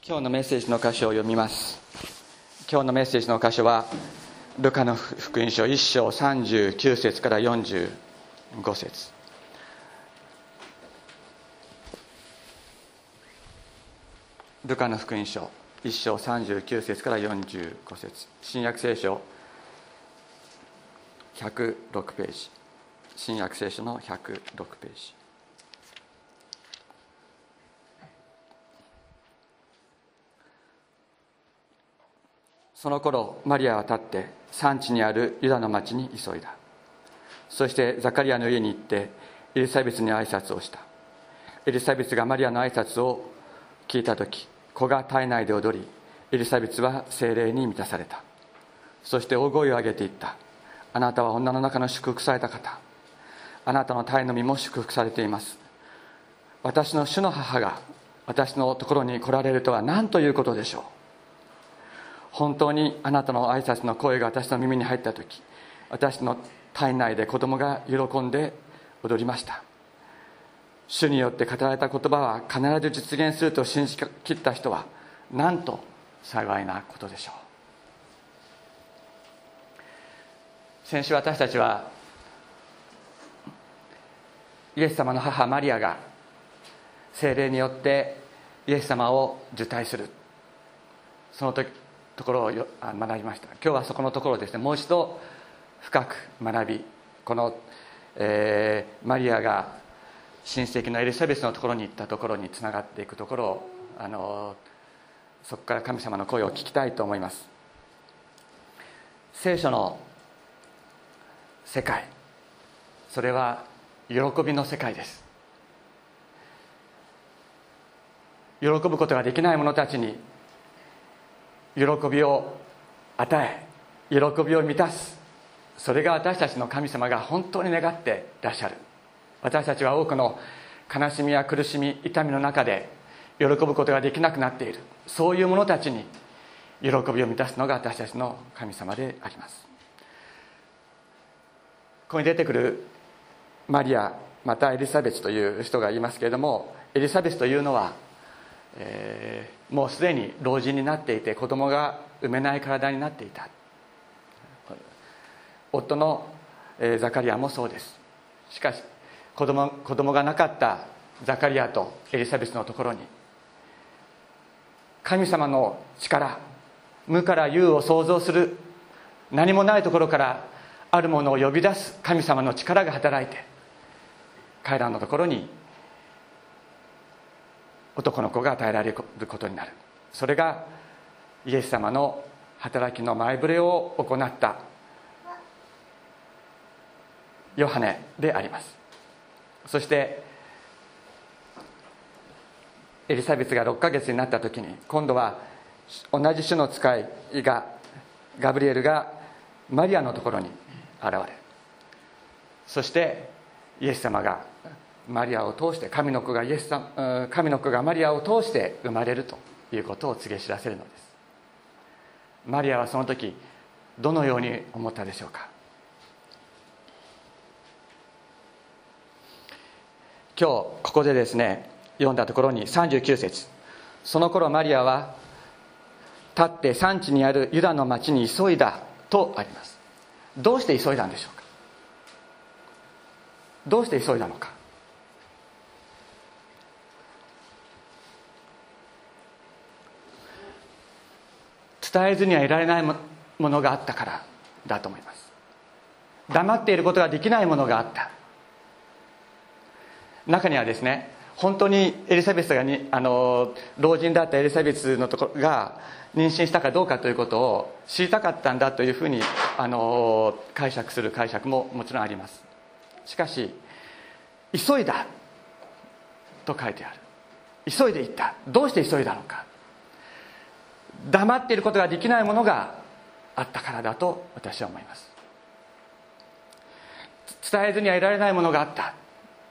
今日のメッセージの箇所を読みます。今日のメッセージの箇所はルカの福音書1章39節から45節。ルカの福音書1章39節から45節。新約聖書106ページ。新約聖書の106ページ。その頃マリアは立って産地にあるユダの町に急いだ。そしてザカリアの家に行ってエリザベスに挨拶をした。エリザベスがマリアの挨拶を聞いたとき、子が体内で踊り、エリザベスは聖霊に満たされた。そして大声を上げていった。あなたは女の中の祝福された方、あなたの胎の身も祝福されています。私の主の母が私のところに来られるとは何ということでしょう。本当にあなたの挨拶の声が私の耳に入ったとき、私の体内で子供が喜んで踊りました。主によって語られた言葉は必ず実現すると信じきった人はなんと幸いなことでしょう。先週私たちはイエス様の母マリアが聖霊によってイエス様を受胎する、そのところを学びました。今日はそこのところをですね、もう一度深く学び、この、マリアが親戚のエリザベスのところに行ったところにつながっていくところをそこから神様の声を聞きたいと思います。聖書の世界、それは喜びの世界です。喜ぶことができない者たちに喜びを与え、喜びを満たす、それが私たちの神様が本当に願っていらっしゃる。私たちは多くの悲しみや苦しみ、痛みの中で喜ぶことができなくなっている。そういう者たちに喜びを満たすのが私たちの神様であります。ここに出てくるマリアまたエリザベスという人がいますけれども、エリザベスというのはもうすでに老人になっていて子供が産めない体になっていた。夫のザカリアもそうです。しかし子供がなかったザカリアとエリザベスのところに神様の力、無から有を創造する、何もないところからあるものを呼び出す神様の力が働いて、彼らのところに男の子が与えられることになる。それがイエス様の働きの前触れを行ったヨハネであります。そしてエリザベスが6ヶ月になった時に、今度は同じ種の使いがガブリエルがマリアのところに現れ、そしてイエス様がマリアを通して、神の子がマリアを通して生まれるということを告げ知らせるのです。マリアはその時どのように思ったでしょうか。今日ここでですね、読んだところに39節、その頃マリアは立って産地にあるユダの町に急いだとあります。どうして急いだんでしょうか。どうして急いだのか。伝えずにはいられないものがあったからだと思います。黙っていることができないものがあった。中にはですね、本当にエリザベスが老人だったエリザベスのところが妊娠したかどうかということを知りたかったんだというふうに解釈する解釈ももちろんあります。しかし急いだと書いてある。急いでいった。どうして急いだのか。黙っていることができないものがあったからだと私は思います。伝えずにはいられないものがあった。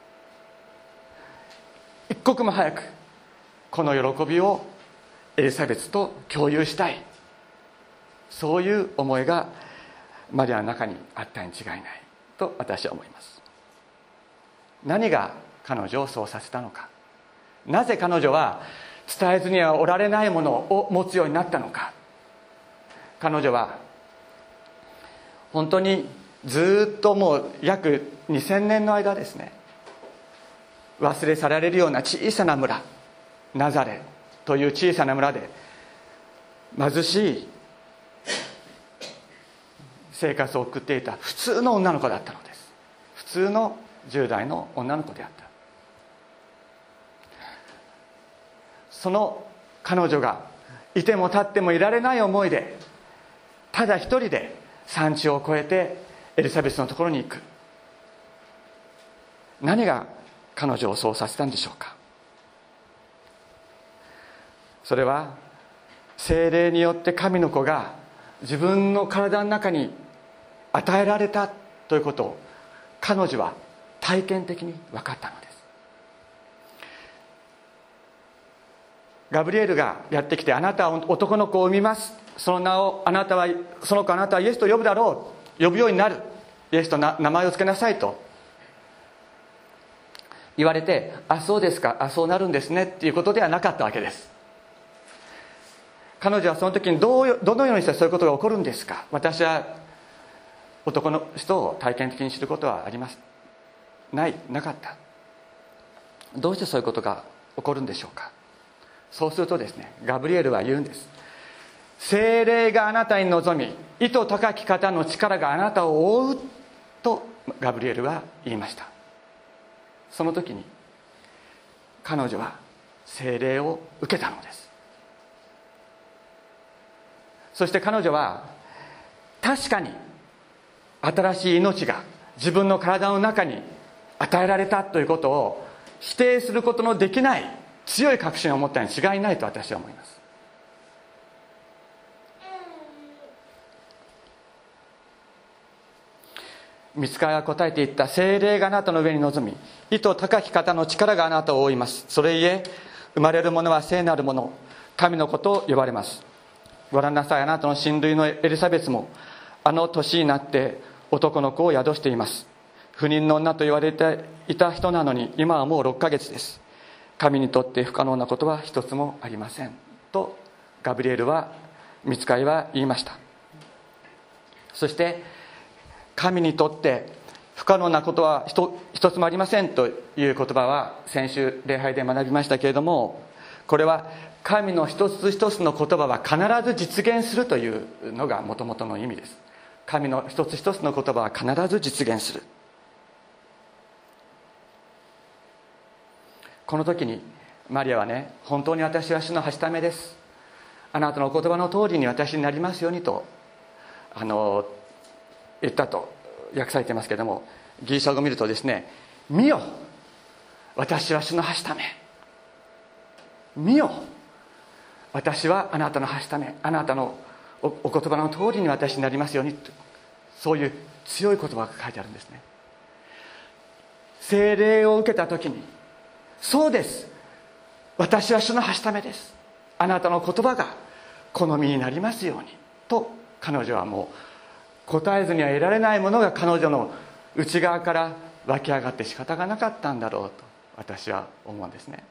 一刻も早くこの喜びをエリザベスと共有したい、そういう思いがマリアの中にあったに違いないと私は思います。何が彼女をそうさせたのか。なぜ彼女は伝えずにはおられないものを持つようになったのか。彼女は本当にずっともう約2000年の間ですね、忘れ去られるような小さな村、ナザレという小さな村で貧しい生活を送っていた普通の女の子だったのです。普通の10代の女の子であった。その彼女がいても立ってもいられない思いで、ただ一人で山地を越えてエリザベスのところに行く。何が彼女をそうさせたんでしょうか。それは聖霊によって神の子が自分の体の中に与えられたということを彼女は体験的に分かったのです。ガブリエルがやってきて、あなたは男の子を産みます、その名をその子あなたはイエスと呼ぶだろう、呼ぶようになる、イエスと名前を付けなさいと言われて、あ、そうですか、あ、そうなるんですねっていうことではなかったわけです。彼女はその時にどのようにしてそういうことが起こるんですか。私は男の人を体験的に知ることはなかった。どうしてそういうことが起こるんでしょうか。そうするとですね、ガブリエルは言うんです。聖霊があなたに臨み、意図高き方の力があなたを覆うとガブリエルは言いました。その時に彼女は聖霊を受けたのです。そして彼女は確かに新しい命が自分の体の中に与えられたということを否定することのできない強い確信を持ったに違いないと私は思います。御使いは答えていった。聖霊があなたの上に臨み、意図高き方の力があなたを覆います。それゆえ生まれる者は聖なる者、神の子と呼ばれます。ご覧なさい、あなたの親類のエリザベスもあの年になって男の子を宿しています。不妊の女と言われていた人なのに今はもう6ヶ月です。神にとって不可能なことは一つもありませんとガブリエルは、御使いは言いました。そして神にとって不可能なことは一つもありませんという言葉は先週礼拝で学びましたけれども、これは神の一つ一つの言葉は必ず実現するというのがもともとの意味です。神の一つ一つの言葉は必ず実現する。この時にマリアはね、本当に私は主のはしためです、あなたのお言葉の通りに私になりますようにと言ったと訳されていますけれども、ギリシャ語を見るとですね、見よ私は主のはしため、見よ私はあなたのはしため、あなたのお言葉の通りに私になりますようにと、そういう強い言葉が書いてあるんですね。聖霊を受けた時に、そうです、私は主のはしためです、あなたの言葉が好みになりますようにと、彼女はもう答えずには得られないものが彼女の内側から湧き上がって仕方がなかったんだろうと私は思うんですね。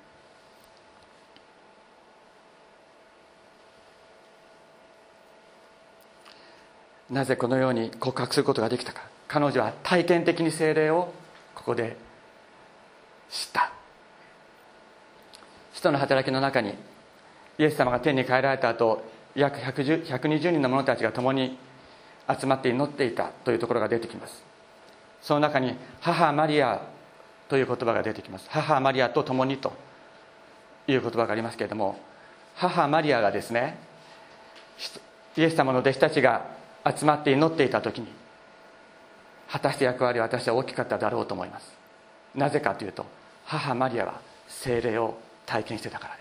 なぜこのように告白することができたか。彼女は体験的に聖霊をここで知った。使徒の働きの中に、イエス様が天に帰られた後、約120人の者たちが共に集まって祈っていたというところが出てきます。その中に母マリアという言葉が出てきます。母マリアと共にという言葉がありますけれども、母マリアがですね、イエス様の弟子たちが集まって祈っていた時に果たした役割は私は大きかっただろうと思います。なぜかというと、母マリアは聖霊を体験してたからです。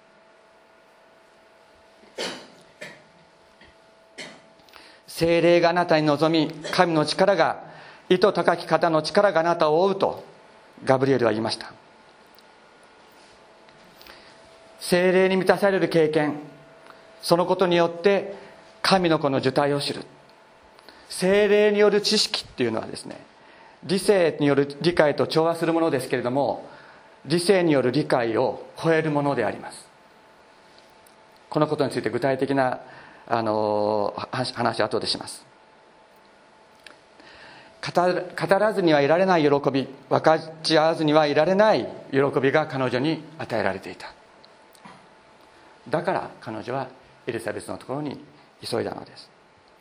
聖霊があなたに臨み、神の力が、意図高き方の力があなたを覆うとガブリエルは言いました。聖霊に満たされる経験、そのことによって神の子の受胎を知る。聖霊による知識っていうのはですね、理性による理解と調和するものですけれども、理性による理解を超えるものであります。 このことについて具体的な話を後でします。語らずにはいられない喜び、分かち合わずにはいられない喜びが彼女に与えられていた。だから彼女はエリザベスのところに急いだのです。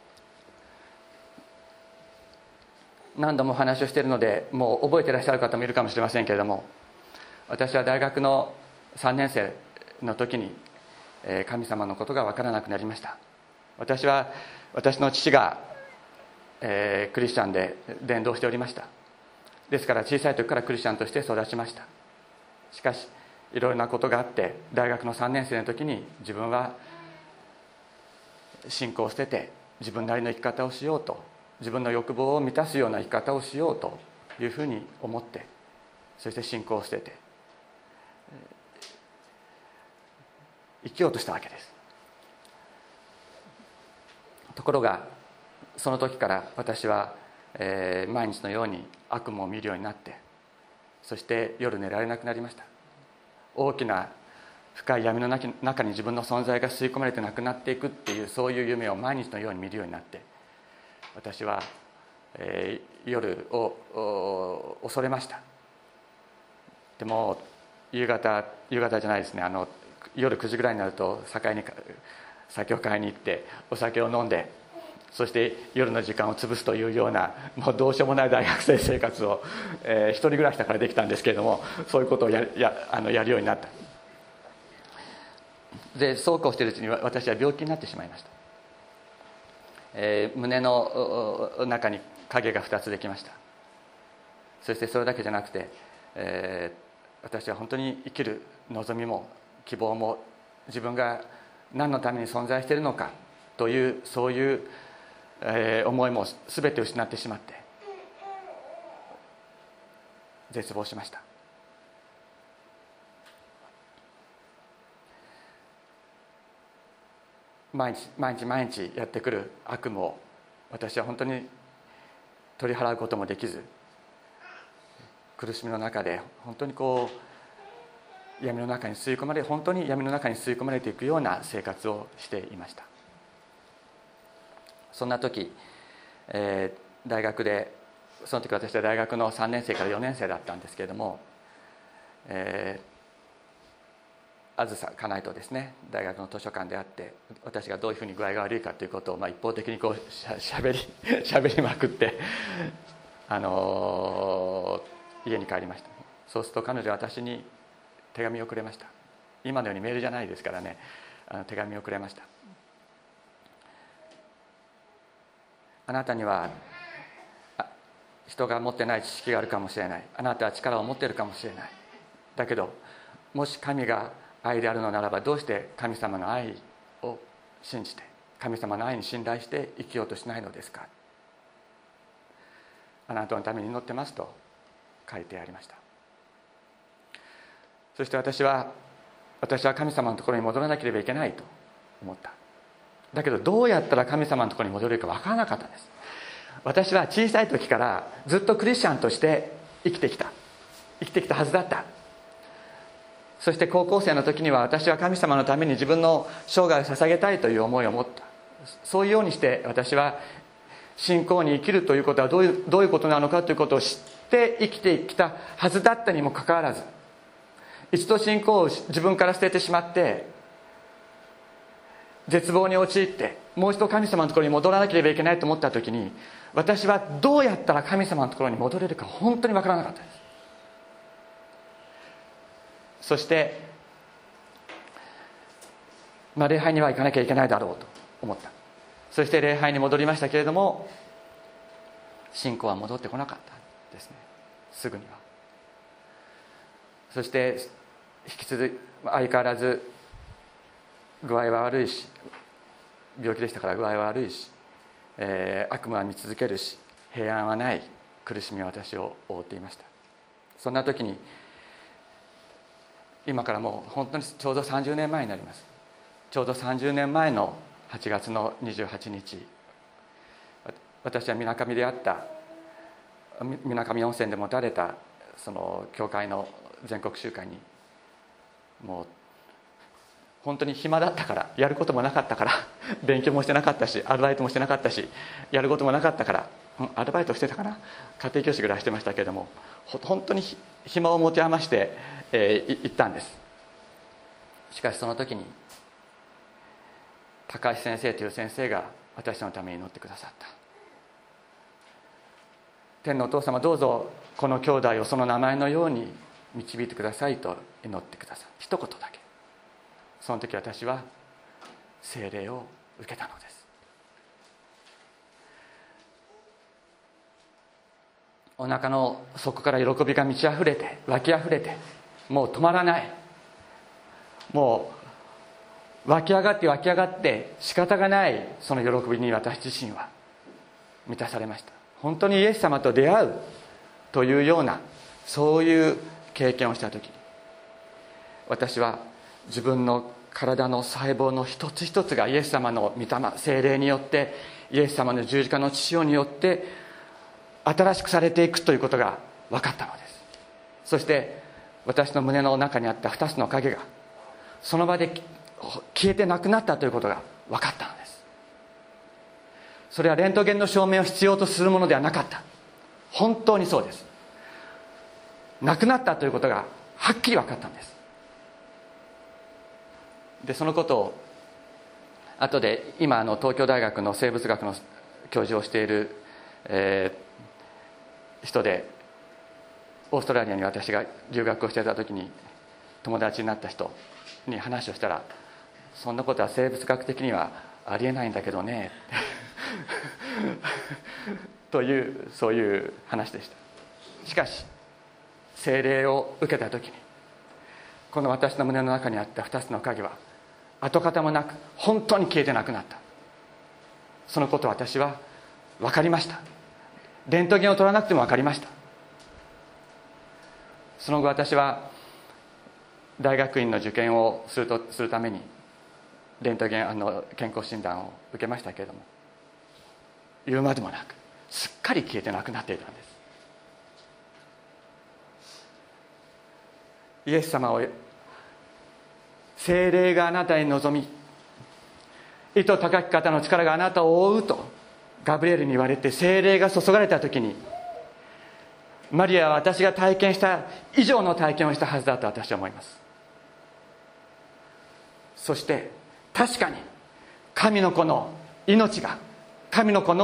何度もお話をしているのでもう覚えていらっしゃる方もいるかもしれませんけれども、私は大学の3年生の時に神様のことが分からなくなりました。私の父がクリスチャンで伝道しておりました。ですから小さい時からクリスチャンとして育ちました。しかしいろいろなことがあって大学の3年生の時に自分は信仰を捨てて自分なりの生き方をしようと、自分の欲望を満たすような生き方をしようというふうに思って、そして信仰を捨てて生きようとしたわけです。ところがその時から私は、毎日のように悪夢を見るようになって、そして夜寝られなくなりました。大きな深い闇の中に自分の存在が吸い込まれてなくなっていくっていう、そういう夢を毎日のように見るようになって、私は、夜を恐れました。でも夕方じゃないですね、夜9時ぐらいになると酒を買いに行ってお酒を飲んで、そして夜の時間を潰すというような、もうどうしようもない大学生生活を、一人暮らしだからできたんですけれども、そういうことをやるようになった。でそうこうしているうちに私は病気になってしまいました。胸の中に影が2つできました。そしてそれだけじゃなくて、私は本当に生きる望みも希望も、自分が何のために存在しているのかというそういう、思いも全て失ってしまって絶望しました。毎日やってくる悪夢を私は本当に取り払うこともできず、苦しみの中で本当に本当に闇の中に吸い込まれていくような生活をしていました。そんな時、その時私は大学の3年生から4年生だったんですけれども、あずさ家内とですね、大学の図書館で会って、私がどういうふうに具合が悪いかということを、一方的にしゃべりまくって家に帰りました。そうすると彼女は私に手紙をくれました。今のようにメールじゃないですからね、手紙をくれました。あなたには人が持ってない知識があるかもしれない、あなたは力を持っているかもしれない、だけどもし神が愛であるのならば、どうして神様の愛を信じて、神様の愛に信頼して生きようとしないのですか。あなたのために祈ってますと書いてありました。そして私は神様のところに戻らなければいけないと思った。だけどどうやったら神様のところに戻れるか分からなかったんです。私は小さい時からずっとクリスチャンとして生きてきたはずだった。そして高校生の時には私は神様のために自分の生涯を捧げたいという思いを持った。そういうようにして私は信仰に生きるということはどういうことなのかということを知って生きてきたはずだったにもかかわらず、一度信仰を自分から捨ててしまって絶望に陥って、もう一度神様のところに戻らなければいけないと思った時に、私はどうやったら神様のところに戻れるか本当に分からなかったです。そして、礼拝には行かなきゃいけないだろうと思った。そして礼拝に戻りましたけれども、信仰は戻ってこなかったですね、すぐには。そして引き続き相変わらず具合は悪いし、病気でしたから具合は悪いし、悪夢は見続けるし、平安はない、苦しみは私を覆っていました。そんな時に、今からもう本当にちょうど30年前になります。ちょうど30年前の8月の28日、私は水上温泉で持たれたその教会の全国集会にもう本当に暇だったから、やることもなかったから、勉強もしてなかったし、アルバイトもしてなかったし、やることもなかったから、アルバイトしてたかな、家庭教師ぐらいしてましたけれども、本当に暇を持て余して、行ったんです。しかしその時に高橋先生という先生が私のために祈ってくださった。天のお父様、どうぞこの兄弟をその名前のように導いてくださいと祈ってください。一言だけ。その時私は聖霊を受けたのです。お腹の底から喜びが満ち溢れて、湧き溢れて、もう止まらない、もう湧き上がって湧き上がって仕方がない、その喜びに私自身は満たされました。本当にイエス様と出会うというような、そういう経験をした時に、私は自分の体の細胞の一つ一つがイエス様の御霊、聖霊によって、イエス様の十字架の血潮によって新しくされていくということが分かったのです。そして私の胸の中にあった2つの影がその場で消えてなくなったということが分かったのです。それはレントゲンの証明を必要とするものではなかった。本当にそうです。なくなったということがはっきり分かったんです。でそのことを後で、今東京大学の生物学の教授をしている、人で、オーストラリアに私が留学をしていた時に友達になった人に話をしたら、そんなことは生物学的にはありえないんだけどねという、そういう話でした。しかし聖霊を受けた時に、この私の胸の中にあった2つの影は跡形もなく本当に消えてなくなった。そのことを私は分かりました。レントゲンを取らなくても分かりました。その後私は大学院の受験をするためにレントゲン健康診断を受けましたけれども、言うまでもなくすっかり消えてなくなっていたんです。イエス様を、聖霊があなたに臨み、意図高き方の力があなたを覆うとガブリエルに言われて、聖霊が注がれた時に、マリアは私が体験した以上の体験をしたはずだと私は思います。そして確かに神の子の命が、神の子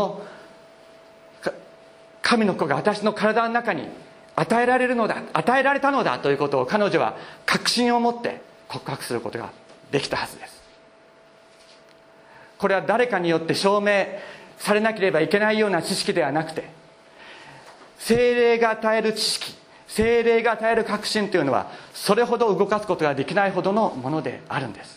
が私の体の中に与えられたのだということを彼女は確信を持って告白することができたはずです。これは誰かによって証明されなければいけないような知識ではなくて、聖霊が与える知識、聖霊が与える確信というのはそれほど動かすことができないほどのものであるんです。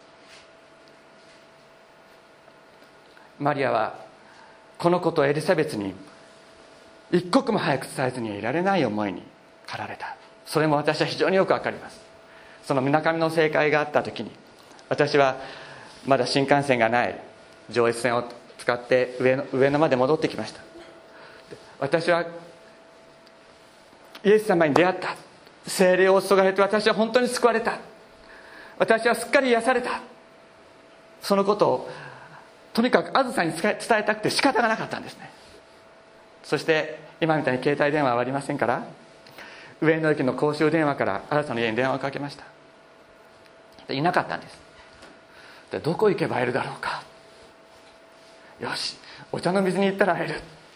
マリアはこのことをエリザベスに一刻も早く伝えずにはいられない思いに駆られた。それも私は非常によくわかります。その水上の正会があった時に、私はまだ新幹線がない上越線を使って上野まで戻ってきました。私はイエス様に出会った。聖霊を注がれて私は本当に救われた。私はすっかり癒された。そのことをとにかくあずさに伝えたくて仕方がなかったんですね。そして今みたいに携帯電話はありませんから、上野駅の公衆電話からあずさの家に電話をかけました。でいなかったんです。でどこ行けば会えるだろうか。よし、お茶の水に行ったら会える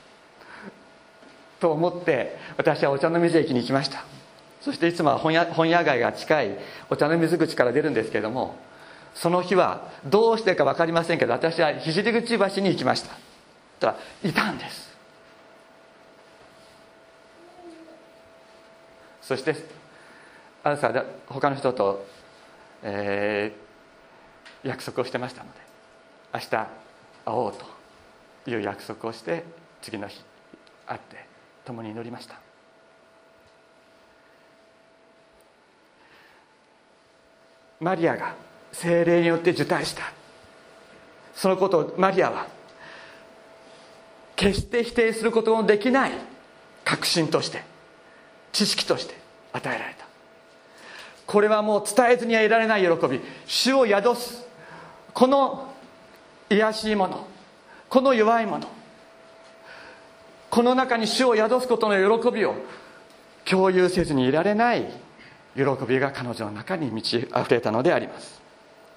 と思って私はお茶の水駅に行きました。そしていつもは本屋街が近いお茶の水口から出るんですけれども、その日はどうしてか分かりませんけど、私は聖口橋に行きました。そしたらいたんです。そしてあずさは他の人と、約束をしてましたので、明日会おうという約束をして次の日会って共に祈りました。マリアが聖霊によって受胎した、そのことをマリアは決して否定することのできない確信として、知識として与えられた。 これはもう伝えずにはいられない喜び、主を宿すこの卑しいもの、この弱いもの、この中に主を宿すことの喜びを共有せずにいられない喜びが彼女の中に満ち溢れたのであります。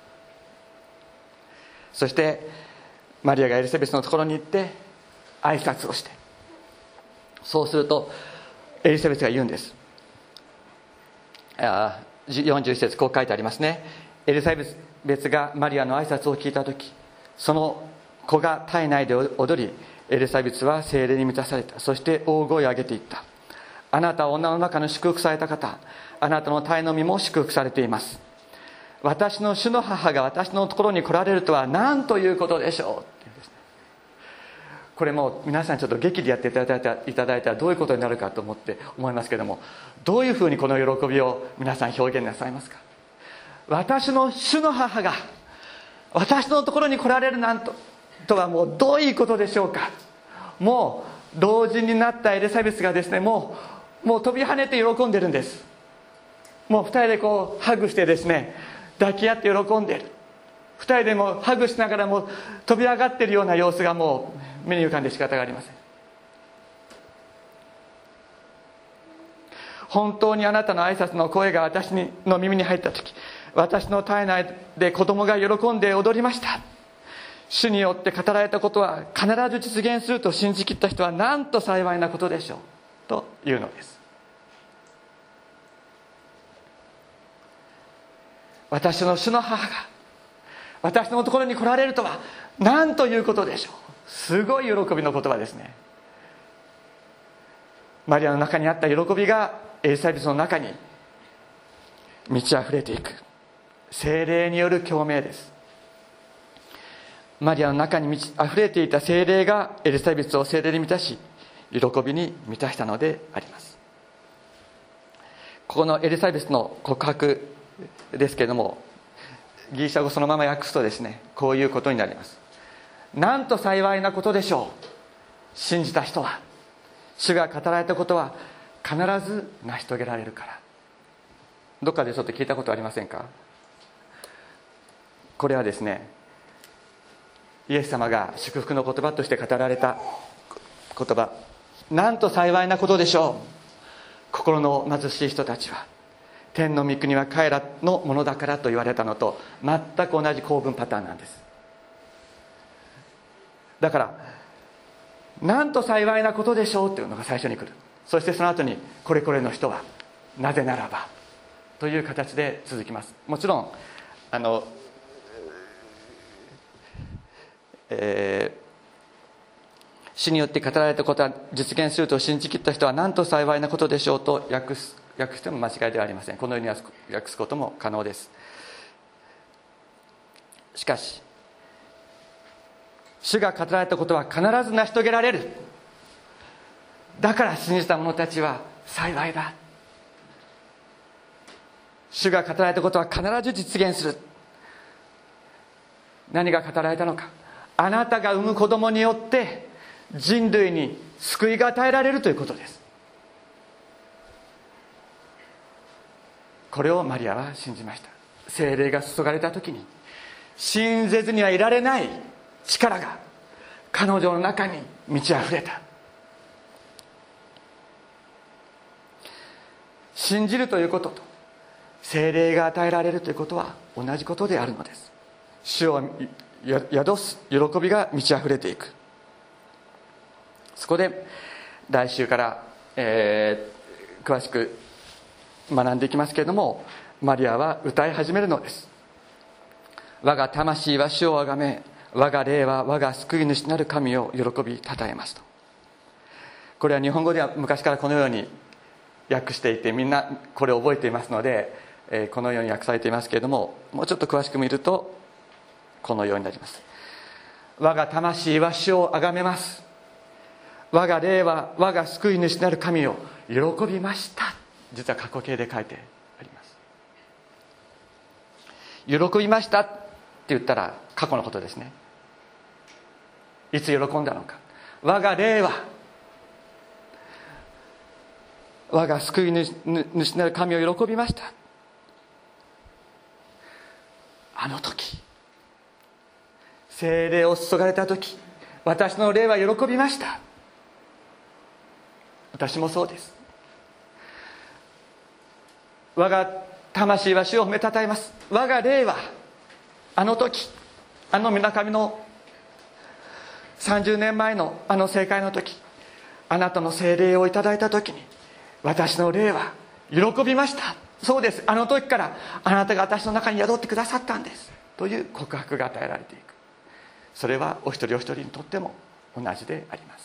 そしてマリアがエリザベスのところに行って挨拶をして、そうするとエリザベスが言うんです。41節こう書いてありますね。エリザベスがマリアの挨拶を聞いたとき、その子が体内で踊り、エリザベスは聖霊に満たされた。そして大声を上げていった。あなたは女の中の祝福された方、あなたの体の身も祝福されています。私の主の母が私のところに来られるとは何ということでしょうっていうんですね。これも皆さんちょっと劇でやっていただいたらどういうことになるかと思いますけれども、どういうふうにこの喜びを皆さん表現なさいますか。私の主の母が私のところに来られるなんとはもうどういうことでしょうか。もう老人になったエリザベスがですね、もう飛び跳ねて喜んでるんです。もう二人でこうハグしてですね、抱き合って喜んでいる。二人でもハグしながらも飛び上がっているような様子がもう目に浮かんで仕方がありません。本当にあなたの挨拶の声が私の耳に入った時、私の体内で子供が喜んで踊りました。主によって語られたことは必ず実現すると信じきった人はなんと幸いなことでしょうというのです。私の主の母が私のところに来られるとは何ということでしょう。すごい喜びの言葉ですね。マリアの中にあった喜びがエリザベスの中に満ち溢れていく聖霊による共鳴です。マリアの中に満ち溢れていた聖霊がエリザベスを聖霊に満たし、喜びに満たしたのであります。ここのエリザベスの告白ですけれども、ギリシャ語そのまま訳すとですね、こういうことになります。なんと幸いなことでしょう。信じた人は、主が語られたことは必ず成し遂げられるから。どっかでちょっと聞いたことありませんか。これはですね、イエス様が祝福の言葉として語られた言葉、なんと幸いなことでしょう。心の貧しい人たちは天の御国は彼らのものだからと言われたのと全く同じ構文パターンなんです。だからなんと幸いなことでしょうというのが最初に来る。そしてその後にこれこれの人はなぜならばという形で続きます。もちろん主によって語られたことは実現すると信じきった人はなんと幸いなことでしょうと訳しても間違いではありません。このように訳すことも可能です。しかし主が語られたことは必ず成し遂げられる。だから信じた者たちは幸いだ。主が語られたことは必ず実現する。何が語られたのか。あなたが産む子供によって人類に救いが与えられるということです。これをマリアは信じました。聖霊が注がれた時に信じずにはいられない力が彼女の中に満ち溢れた。信じるということと聖霊が与えられるということは同じことであるのです。主を宿す喜びが満ち溢れていく。そこで来週から、詳しく学んでいきますけれども、マリアは歌い始めるのです。我が魂は主をあがめ、我が霊は我が救い主なる神を喜びたたえますと。これは日本語では昔からこのように訳していて、みんなこれを覚えていますので、このように訳されていますけれども、もうちょっと詳しく見るとこのようになります。我が魂は主をあがめます、我が霊は我が救い主なる神を喜びました。実は過去形で書いてあります。喜びましたって言ったら過去のことですね。いつ喜んだのか。我が霊は我が救い主なる神を喜びました。 あの時、聖霊を注がれた時、私の霊は喜びました。私もそうです。我が魂は主を褒めたたえます。我が霊はあの時、あの水上の30年前のあの聖会の時、あなたの聖霊をいただいた時に私の霊は喜びました。そうです、あの時からあなたが私の中に宿ってくださったんですという告白が与えられていく。それはお一人お一人にとっても同じであります。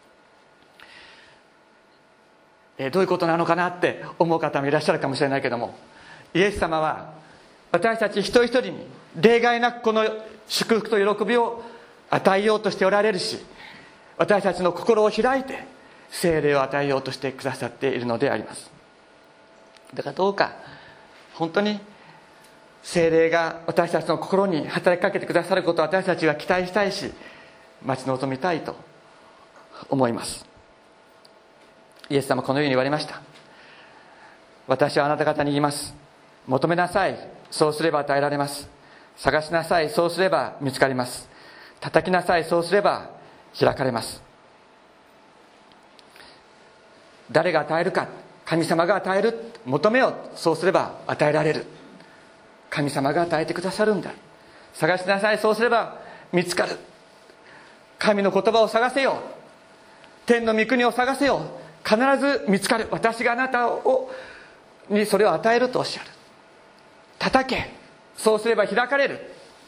どういうことなのかなって思う方もいらっしゃるかもしれないけども、イエス様は私たち一人一人に例外なくこの祝福と喜びを与えようとしておられるし、私たちの心を開いて聖霊を与えようとしてくださっているのであります。だからどうか本当に聖霊が私たちの心に働きかけてくださることを私たちは期待したいし、待ち望みたいと思います。イエス様このように言われました。私はあなた方に言います。求めなさい、そうすれば与えられます。探しなさい、そうすれば見つかります。叩きなさい、そうすれば開かれます。誰が与えるか、神様が与える。求めよう、そうすれば与えられる。神様が与えてくださるんだ。探しなさい、そうすれば見つかる。神の言葉を探せよ、天の御国を探せよ、必ず見つかる。私があなたにそれを与えるとおっしゃる。叩け、そうすれば開かれる。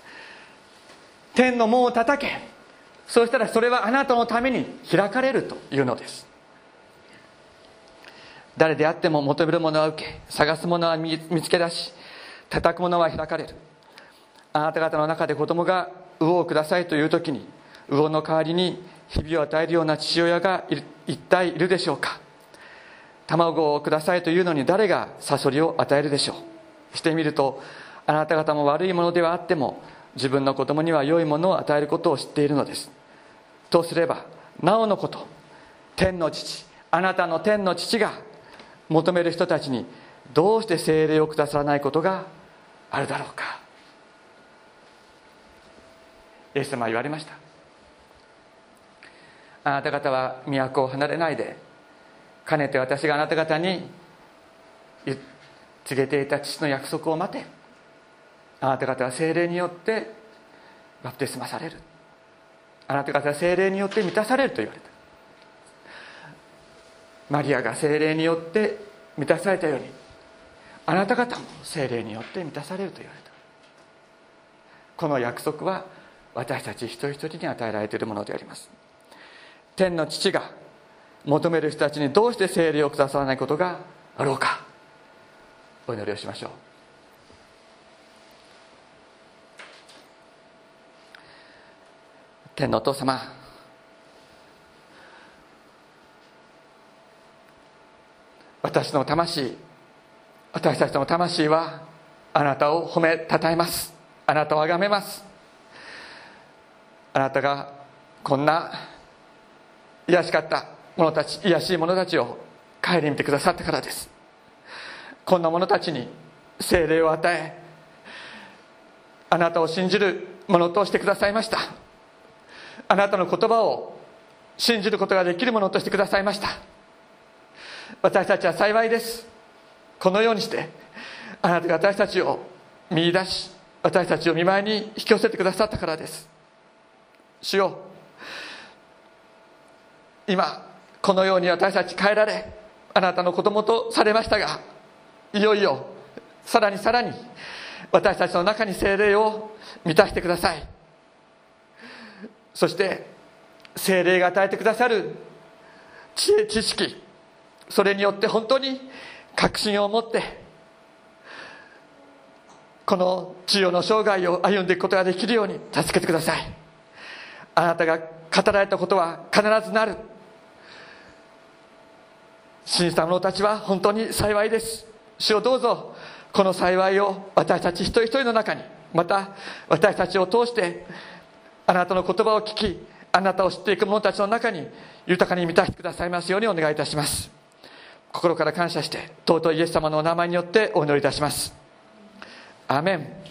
天の門を叩け、そうしたらそれはあなたのために開かれるというのです。誰であっても求めるものは受け、探すものは見つけ出し、叩くものは開かれる。あなた方の中で子供が魚をくださいという時に、魚の代わりに日々を与えるような父親が一体いるでしょうか。卵をくださいというのに誰がサソリを与えるでしょう。してみると、あなた方も悪いものではあっても自分の子供には良いものを与えることを知っているのです。とすればなおのこと、天の父、あなたの天の父が求める人たちにどうして聖霊をくださらないことがあるだろうか。イエス様は言われました。あなた方は都を離れないで、かねて私があなた方に告げていた父の約束を待て。あなた方は聖霊によってバプテスマされる。あなた方は聖霊によって満たされると言われた。マリアが聖霊によって満たされたように、あなた方も聖霊によって満たされると言われた。この約束は私たち一人一人に与えられているものであります。天の父が求める人たちにどうして聖霊をくださらないことがあろうか。お祈りをしましょう。天のお父様、私たちの魂はあなたを褒めたたえます。あなたを崇めます。あなたがこんな癒しかった者たち、癒しい者たちを顧みてくださったからです。こんな者たちに聖霊を与え、あなたを信じる者としてくださいました。あなたの言葉を信じることができる者としてくださいました。私たちは幸いです。このようにしてあなたが私たちを見出し、私たちを御前に引き寄せてくださったからです。主よ、今このように私たち変えられ、あなたの子供とされましたが、いよいよさらに私たちの中に聖霊を満たしてください。そして聖霊が与えてくださる知恵知識、それによって本当に確信を持ってこの地上の生涯を歩んでいくことができるように助けてください。あなたが語られたことは必ずなる。信じた者たちは本当に幸いです。主をどうぞこの幸いを私たち一人一人の中に、また私たちを通してあなたの言葉を聞き、あなたを知っていく者たちの中に豊かに満たしてくださいますようにお願いいたします。心から感謝して尊いイエス様のお名前によってお祈りいたします。アーメン。